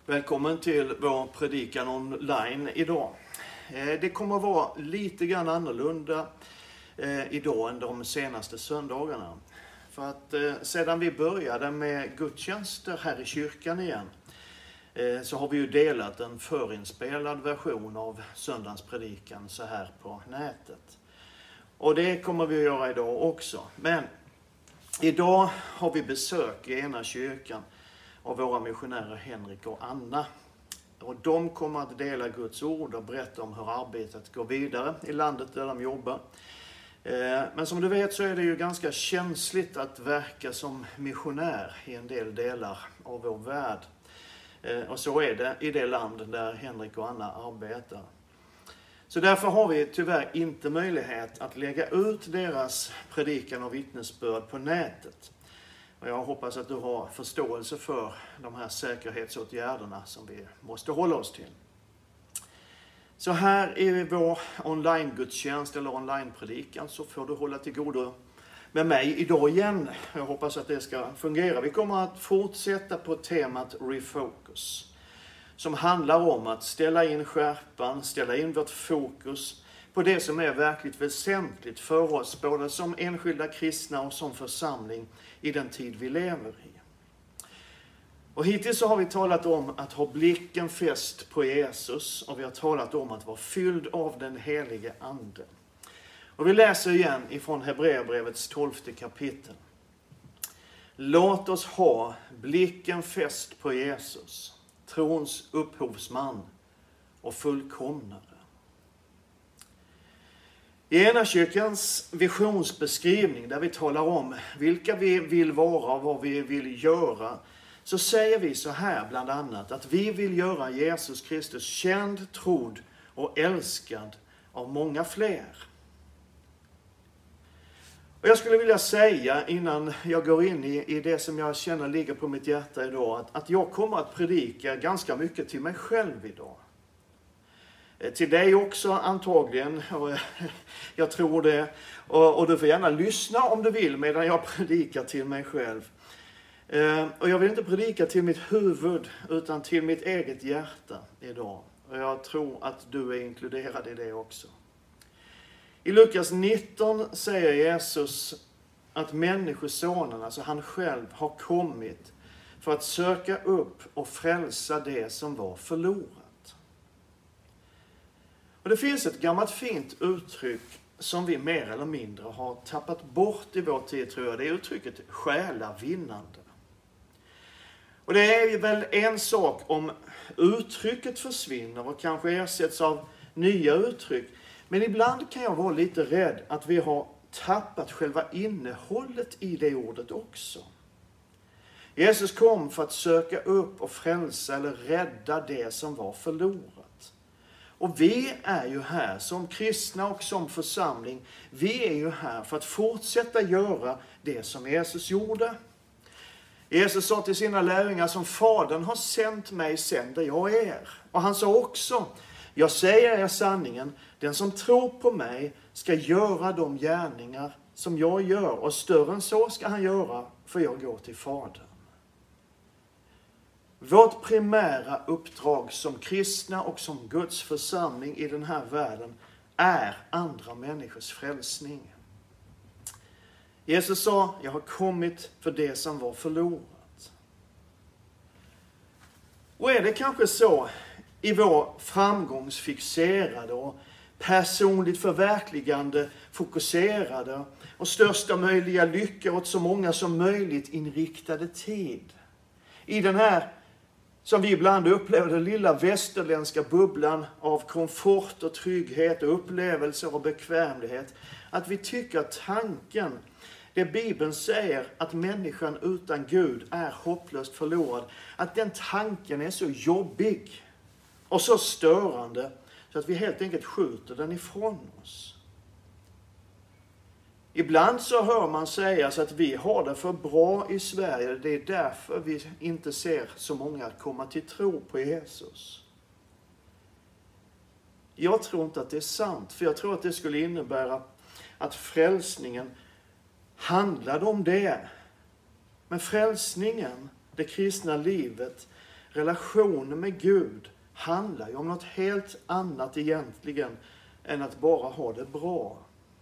Välkommen till vår predikan online idag. Det kommer att vara lite grann annorlunda idag än de senaste söndagarna. För att sedan vi började med gudstjänster här i kyrkan igen så har vi ju delat en förinspelad version av söndagens predikan så här på nätet. Och det kommer vi att göra idag också. Men idag har vi besök i ena kyrkan av våra missionärer Henrik och Anna. Och de kommer att dela Guds ord och berätta om hur arbetet går vidare i landet där de jobbar. Men som du vet så är det ju ganska känsligt att verka som missionär i en del delar av vår värld. Och så är det i det land där Henrik och Anna arbetar. Så därför har vi tyvärr inte möjlighet att lägga ut deras predikan och vittnesbörd på nätet. Och jag hoppas att du har förståelse för de här säkerhetsåtgärderna som vi måste hålla oss till. Så här i vår online-gudstjänst eller online-predikan så får du hålla till godo med mig idag igen. Jag hoppas att det ska fungera. Vi kommer att fortsätta på temat Refocus. Som handlar om att ställa in skärpan, ställa in vårt fokus på det som är verkligt väsentligt för oss, både som enskilda kristna och som församling i den tid vi lever i. Och hittills så har vi talat om att ha blicken fäst på Jesus och vi har talat om att vara fylld av den helige Ande. Och vi läser igen ifrån Hebreerbrevets 12:e kapitel. Låt oss ha blicken fäst på Jesus, trons upphovsman och fullkomnare. I ena kyrkans visionsbeskrivning där vi talar om vilka vi vill vara och vad vi vill göra, så säger vi så här bland annat att vi vill göra Jesus Kristus känd, trodd och älskad av många fler. Och jag skulle vilja säga innan jag går in i det som jag känner ligger på mitt hjärta idag, att jag kommer att predika ganska mycket till mig själv idag. Till dig också antagligen, och jag tror det. Och du får gärna lyssna om du vill medan jag predikar till mig själv. Och jag vill inte predika till mitt huvud utan till mitt eget hjärta idag. Och jag tror att du är inkluderad i det också. I Lukas 19 säger Jesus att människosonen, alltså han själv, har kommit för att söka upp och frälsa det som var förlorat. Och det finns ett gammalt fint uttryck som vi mer eller mindre har tappat bort i vår tid, tror jag. Det är uttrycket själavinnande. Och det är väl en sak om uttrycket försvinner och kanske ersätts av nya uttryck. Men ibland kan jag vara lite rädd att vi har tappat själva innehållet i det ordet också. Jesus kom för att söka upp och frälsa eller rädda det som var förlorat. Och vi är ju här som kristna och som församling. Vi är ju här för att fortsätta göra det som Jesus gjorde. Jesus sa till sina lärjungar, som Fadern har sänt mig sänder jag er. Och han sa också, jag säger er sanningen, den som tror på mig ska göra de gärningar som jag gör. Och större än så ska han göra, för jag går till Fadern. Vårt primära uppdrag som kristna och som Guds församling i den här världen är andra människors frälsning. Jesus sa, jag har kommit för det som var förlorat. Och är det kanske så i vår framgångsfixerade och personligt förverkligande fokuserade och största möjliga lycka åt så många som möjligt inriktade tid, i den här som vi ibland upplever den lilla västerländska bubblan av komfort och trygghet och upplevelser och bekvämlighet, att vi tycker att tanken, det Bibeln säger att människan utan Gud är hopplöst förlorad, att den tanken är så jobbig och så störande så att vi helt enkelt skjuter den ifrån oss. Ibland så hör man sägas att vi har det för bra i Sverige. Det är därför vi inte ser så många komma till tro på Jesus. Jag tror inte att det är sant. För jag tror att det skulle innebära att frälsningen handlade om det. Men frälsningen, det kristna livet, relationen med Gud handlar ju om något helt annat egentligen än att bara ha det bra.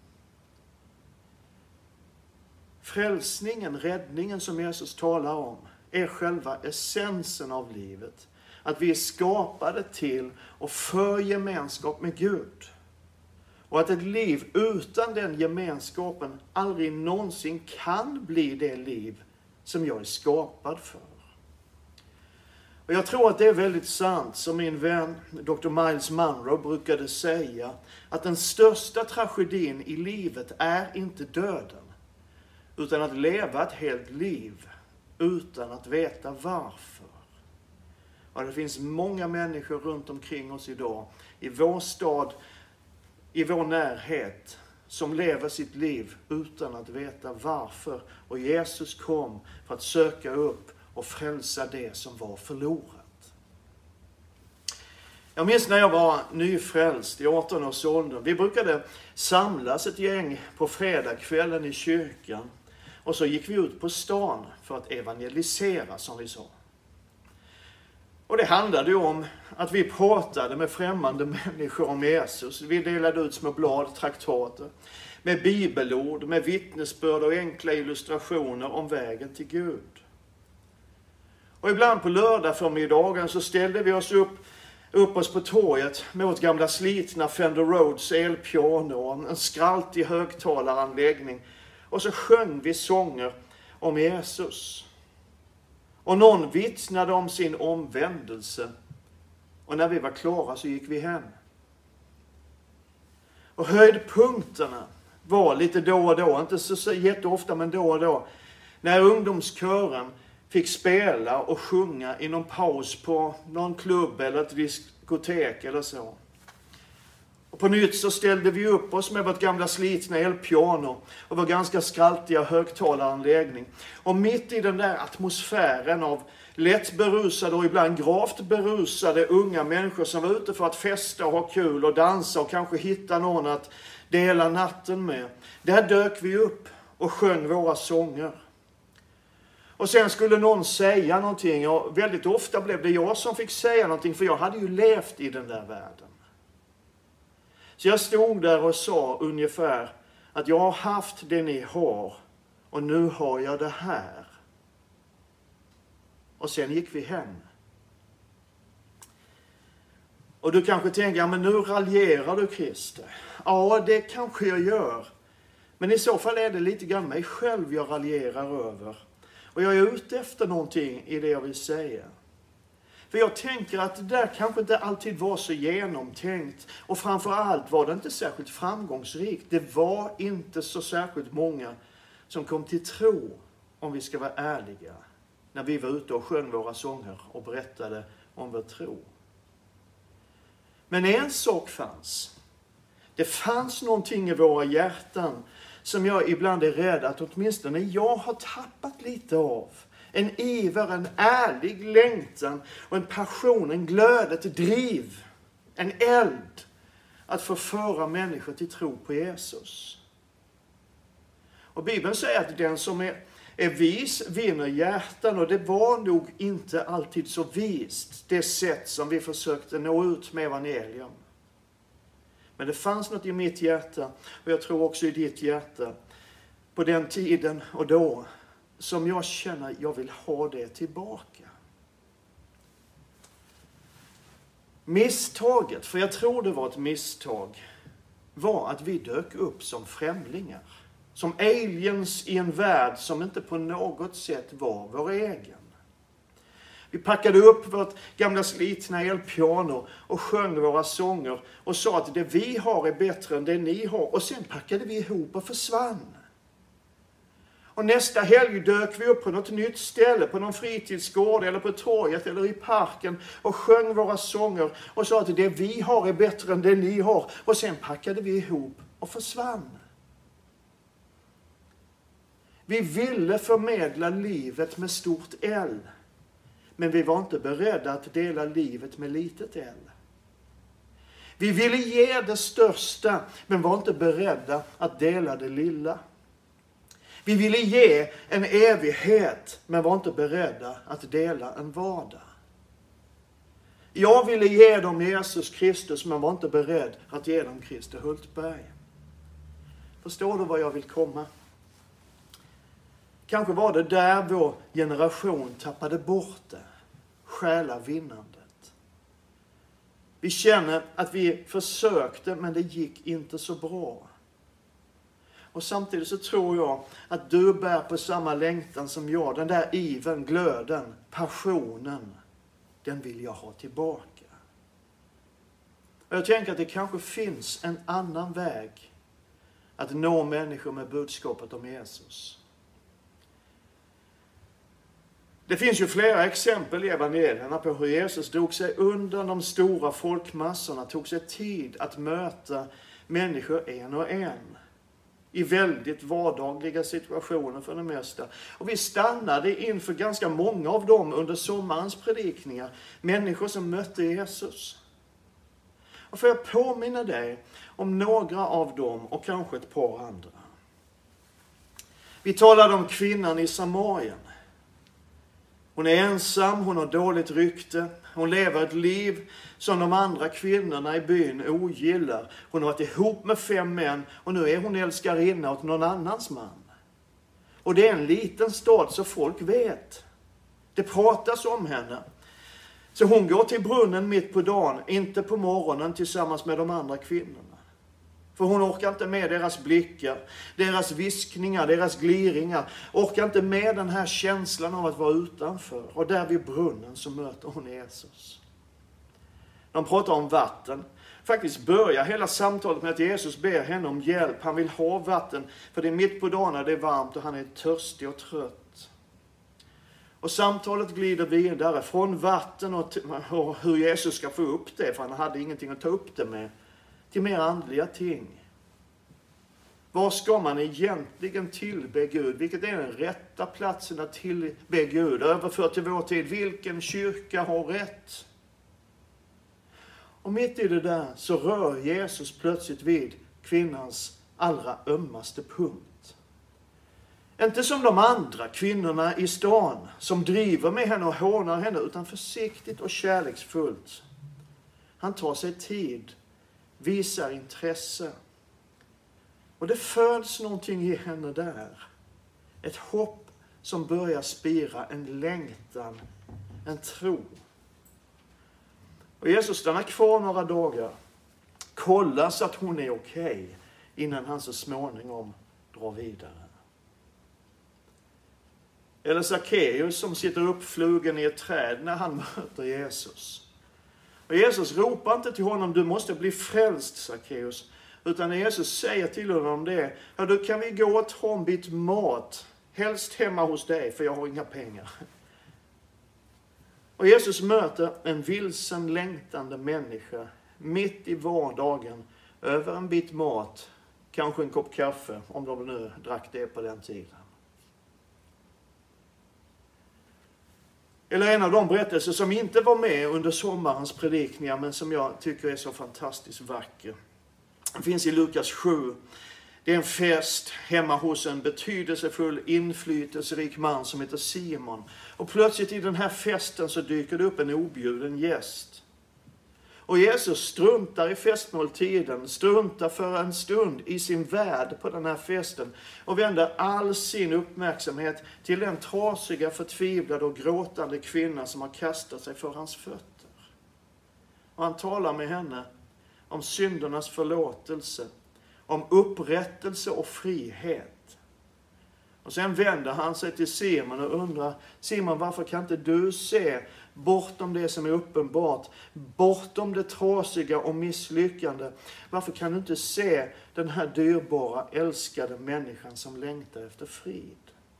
Frälsningen, räddningen som Jesus talar om, är själva essensen av livet. Att vi är skapade till och för gemenskap med Gud. Och att ett liv utan den gemenskapen aldrig någonsin kan bli det liv som jag är skapad för. Och jag tror att det är väldigt sant, som min vän Dr. Miles Monroe brukade säga, att den största tragedin i livet är inte döden, utan att leva ett helt liv utan att veta varför. Och det finns många människor runt omkring oss idag, i vår stad, i vår närhet, som lever sitt liv utan att veta varför. Och Jesus kom för att söka upp och frälsa det som var förlorat. Jag minns när jag var nyfrälst i 18 års ålder. Vi brukade samlas ett gäng på fredagskvällen i kyrkan. Och så gick vi ut på stan för att evangelisera, som vi sa. Och det handlade om att vi pratade med främmande människor om Jesus. Vi delade ut små blad, traktater, med bibelord, med vittnesbörd och enkla illustrationer om vägen till Gud. Och ibland på lördag förmiddagen så ställde vi oss upp oss på torget med vårt gamla slitna Fender Rhodes elpiano och en skraltig högtalaranläggning. Och så sjöng vi sånger om Jesus. Och någon vittnade om sin omvändelse. Och när vi var klara så gick vi hem. Och höjdpunkterna var lite då och då, inte så jätteofta men då och då, när ungdomskören fick spela och sjunga i någon paus på någon klubb eller ett diskotek eller så. Och på nytt så ställde vi upp oss med vårt gamla slitna elpiano och vår ganska skraltiga högtalaranläggning. Och mitt i den där atmosfären av lätt berusade och ibland gravt berusade unga människor som var ute för att festa och ha kul och dansa och kanske hitta någon att dela natten med. Där dök vi upp och sjöng våra sånger. Och sen skulle någon säga någonting, och väldigt ofta blev det jag som fick säga någonting, för jag hade ju levt i den där världen. Så jag stod där och sa ungefär att jag har haft det ni har och nu har jag det här. Och sen gick vi hem. Och du kanske tänker, ja men nu raljerar du, Christer. Ja, det kanske jag gör. Men i så fall är det lite grann mig själv jag raljerar över. Och jag är ute efter någonting i det jag vill säga. För jag tänker att det där kanske inte alltid var så genomtänkt. Och framförallt var det inte särskilt framgångsrikt. Det var inte så särskilt många som kom till tro, om vi ska vara ärliga, när vi var ute och sjöng våra sånger och berättade om vår tro. Men en sak fanns. Det fanns någonting i våra hjärtan som jag ibland är rädd att åtminstone jag har tappat lite av. En iver, en ärlig längtan och en passion, en glöd, ett driv, en eld att få föra människor till tro på Jesus. Och Bibeln säger att den som är vis vinner hjärtan, och det var nog inte alltid så vist, det sätt som vi försökte nå ut med evangelium. Men det fanns något i mitt hjärta, och jag tror också i ditt hjärta, på den tiden och då, som jag känner jag vill ha det tillbaka. Misstaget, för jag tror det var ett misstag, var att vi dök upp som främlingar. Som aliens i en värld som inte på något sätt var vår egen. Vi packade upp vårt gamla slitna elpiano och sjöng våra sånger och sa att det vi har är bättre än det ni har. Och sen packade vi ihop och försvann. Och nästa helg dök vi upp på något nytt ställe, på någon fritidsgård eller på torget eller i parken och sjöng våra sånger och sa att det vi har är bättre än det ni har. Och sen packade vi ihop och försvann. Vi ville förmedla livet med stort L, men vi var inte beredda att dela livet med litet L. Vi ville ge det största, men var inte beredda att dela det lilla. Vi ville ge en evighet, men var inte beredda att dela en vardag. Jag ville ge dem Jesus Kristus, men var inte beredd att ge dem Christer Hultberg. Förstår du vad jag vill komma? Kanske var det där vår generation tappade bort det. Själavinnandet. Vi känner att vi försökte, men det gick inte så bra. Och samtidigt så tror jag att du bär på samma längtan som jag. Den där iven, glöden, passionen. Den vill jag ha tillbaka. Och jag tänker att det kanske finns en annan väg att nå människor med budskapet om Jesus. Det finns ju flera exempel i evangelierna på hur Jesus drog sig undan de stora folkmassorna, tog sig tid att möta människor en och en. I väldigt vardagliga situationer för det mesta. Och vi stannade inför ganska många av dem under sommarens predikningar. Människor som mötte Jesus. Och får jag påminna dig om några av dem och kanske ett par andra. Vi talade om kvinnan i Samarien. Hon är ensam, hon har dåligt rykte. Hon lever ett liv som de andra kvinnorna i byn ogillar. Hon har varit ihop med 5 män och nu är hon älskarinna åt någon annans man. Och det är en liten stad så folk vet. Det pratas om henne. Så hon går till brunnen mitt på dagen, inte på morgonen tillsammans med de andra kvinnorna. För hon orkar inte med deras blickar, deras viskningar, deras gliringar. Orkar inte med den här känslan av att vara utanför. Och där vid brunnen så möter hon Jesus. De pratar om vatten. Faktiskt börjar hela samtalet med att Jesus ber henne om hjälp. Han vill ha vatten, för det är mitt på dagen när det är varmt och han är törstig och trött. Och samtalet glider vidare från vatten och hur Jesus ska få upp det, för han hade ingenting att ta upp det med, till mer andliga ting. Var ska man egentligen tillbe Gud? Vilket är den rätta platsen att tillbe Gud? Överfört till vår tid, vilken kyrka har rätt? Och mitt i det där så rör Jesus plötsligt vid kvinnans allra ömmaste punkt. Inte som de andra kvinnorna i stan som driver med henne och hånar henne, utan försiktigt och kärleksfullt. Han tar sig tid, visar intresse. Och det föds någonting i henne där. Ett hopp som börjar spira, en längtan, en tro. Och Jesus stannar kvar några dagar, kollar så att hon är okej, innan han så småningom drar vidare. Eller Sackeus som sitter uppflugen i ett träd när han möter Jesus. Och Jesus ropar inte till honom, du måste bli frälst Sackeus. Utan när Jesus säger till honom det, ja då kan vi gå och ta en bit mat, helst hemma hos dig för jag har inga pengar. Och Jesus möter en vilsen längtande människa mitt i vardagen över en bit mat, kanske en kopp kaffe om de nu drack det på den tiden. Eller en av de berättelser som inte var med under sommarens predikningar men som jag tycker är så fantastiskt vacker. Det finns i Lukas 7. Det är en fest hemma hos en betydelsefull, inflytelserik man som heter Simon. Och plötsligt i den här festen så dyker det upp en objuden gäst. Och Jesus struntar i festmåltiden, struntar för en stund i sin värld på den här festen och vänder all sin uppmärksamhet till den trasiga, förtvivlade och gråtande kvinna som har kastat sig för hans fötter. Och han talar med henne om syndernas förlåtelse, om upprättelse och frihet. Och sen vänder han sig till Simon och undrar, Simon, varför kan inte du se bortom det som är uppenbart, bortom det trasiga och misslyckande? Varför kan du inte se den här dyrbara, älskade människan som längtar efter frid?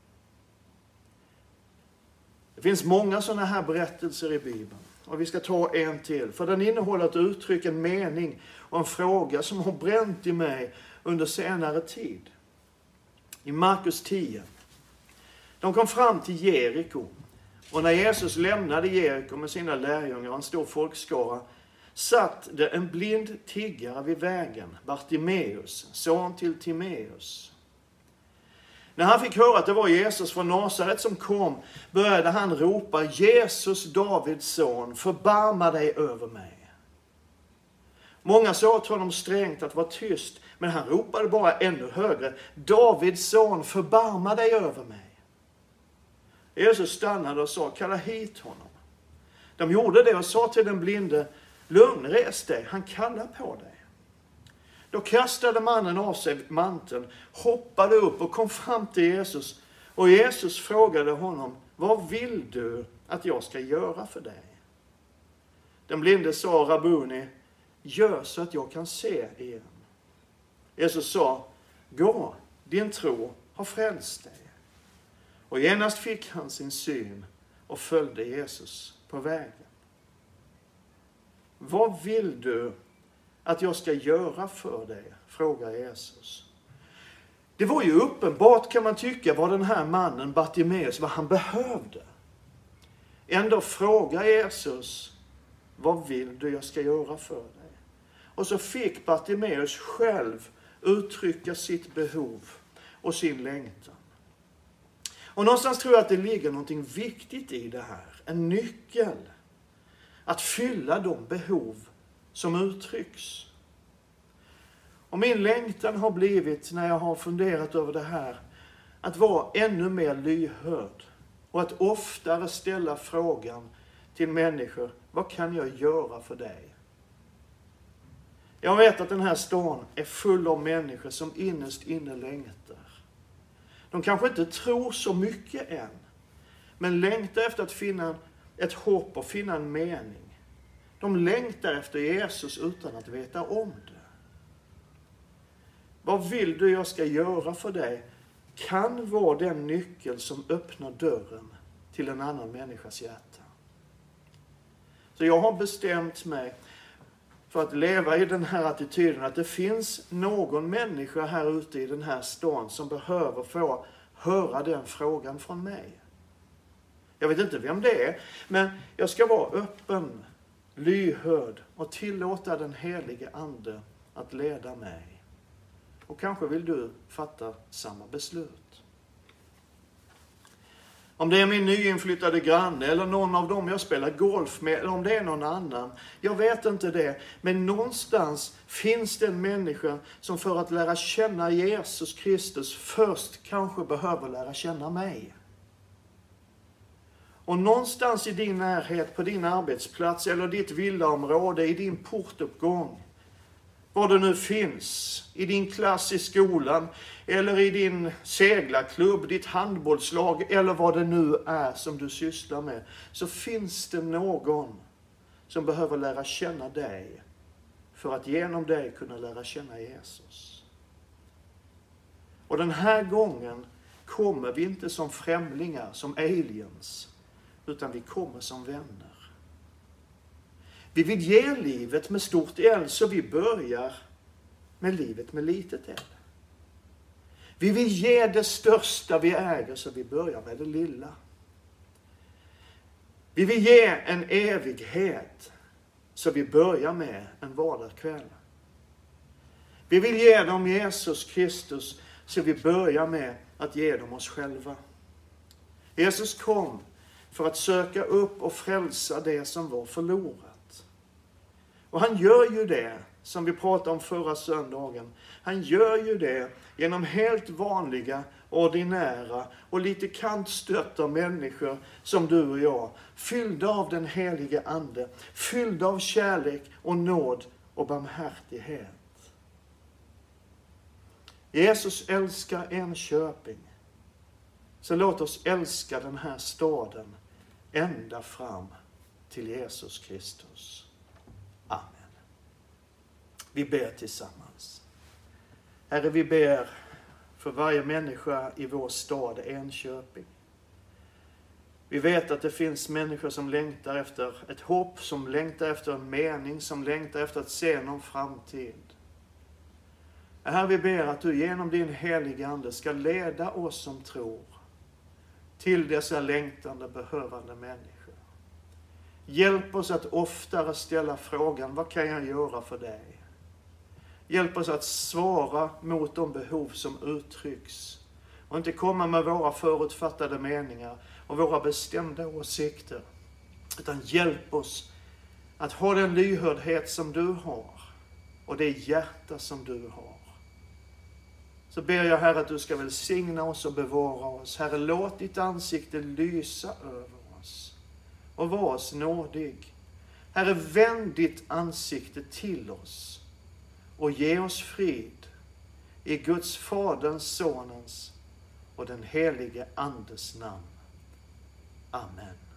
Det finns många sådana här berättelser i Bibeln. Och vi ska ta en till. För den innehåller ett uttryck, en mening och en fråga som har bränt i mig under senare tid. I Markus 10. De kom fram till Jeriko. Och när Jesus lämnade Jeriko med sina lärjungar och en stor folkskara satt det en blind tiggare vid vägen, Bartimeus, son till Timeus. När han fick höra att det var Jesus från Nasaret som kom, började han ropa: Jesus, Davids son, förbarma dig över mig. Många sa till honom strängt att vara tyst, men han ropade bara ännu högre: Davids son, förbarma dig över mig. Jesus stannade och sa: kalla hit honom. De gjorde det och sa till den blinde: lugn, res dig, han kallar på dig. Då kastade mannen av sig manteln, hoppade upp och kom fram till Jesus. Och Jesus frågade honom: vad vill du att jag ska göra för dig? Den blinde sa: Rabbuni, gör så att jag kan se igen. Jesus sa: gå, din tro har frälst dig. Och genast fick han sin syn och följde Jesus på vägen. Vad vill du att jag ska göra för dig? Frågar Jesus. Det var ju uppenbart, kan man tycka, vad den här mannen Bartimeus, vad han behövde. Ändå frågar Jesus: vad vill du jag ska göra för dig? Och så fick Bartimeus själv uttrycka sitt behov och sin längtan. Och någonstans tror jag att det ligger någonting viktigt i det här. En nyckel att fylla de behov som uttrycks. Och min längtan har blivit, när jag har funderat över det här, att vara ännu mer lyhörd. Och att oftare ställa frågan till människor: vad kan jag göra för dig? Jag vet att den här stan är full av människor som innerst inne längtar. De kanske inte tror så mycket än, men längtar efter att finna ett hopp och finna en mening. De längtar efter Jesus utan att veta om det. Vad vill du jag ska göra för dig? Kan vara den nyckel som öppnar dörren till en annan människas hjärta. Så jag har bestämt mig för att leva i den här attityden att det finns någon människa här ute i den här stan som behöver få höra den frågan från mig. Jag vet inte vem det är, men jag ska vara öppen, lyhörd och tillåta den helige ande att leda mig. Och kanske vill du fatta samma beslut. Om det är min nyinflyttade granne eller någon av dem jag spelar golf med, eller om det är någon annan. Jag vet inte det. Men någonstans finns det en människa som för att lära känna Jesus Kristus först kanske behöver lära känna mig. Och någonstans i din närhet, på din arbetsplats eller ditt villaområde, i din portuppgång, var det nu finns, i din klass i skolan eller i din seglarklubb, ditt handbollslag eller vad det nu är som du sysslar med, så finns det någon som behöver lära känna dig för att genom dig kunna lära känna Jesus. Och den här gången kommer vi inte som främlingar, som aliens, utan vi kommer som vänner. Vi vill ge livet med stort L, så vi börjar med livet med litet L. Vi vill ge det största vi äger, så vi börjar med det lilla. Vi vill ge en evighet, så vi börjar med en vardagskväll. Vi vill ge dem Jesus Kristus, så vi börjar med att ge dem oss själva. Jesus kom för att söka upp och frälsa det som var förlorat. Och han gör ju det, som vi pratade om förra söndagen. Han gör ju det genom helt vanliga, ordinära och lite kantstötta människor som du och jag. Fyllda av den helige ande. Fyllda av kärlek och nåd och barmhärtighet. Jesus älskar Enköping. Så låt oss älska den här staden ända fram till Jesus Kristus. Amen. Vi ber tillsammans. Herre, vi ber för varje människa i vår stad Enköping. Vi vet att det finns människor som längtar efter ett hopp, som längtar efter en mening, som längtar efter att se någon framtid. Herre, vi ber att du genom din heliga ande ska leda oss som tror till dessa längtande, behövande människor. Hjälp oss att oftare ställa frågan: vad kan jag göra för dig? Hjälp oss att svara mot de behov som uttrycks. och inte komma med våra förutfattade meningar och våra bestämda åsikter. Utan hjälp oss att ha den lyhördhet som du har och det hjärta som du har. Så ber jag, Herre, att du ska välsigna oss och bevara oss. Herre, låt ditt ansikte lysa över oss och var oss nådig. Herre, vänd ditt ansikte till oss och ge oss frid i Guds, Faderns, Sonens och den helige Andes namn. Amen.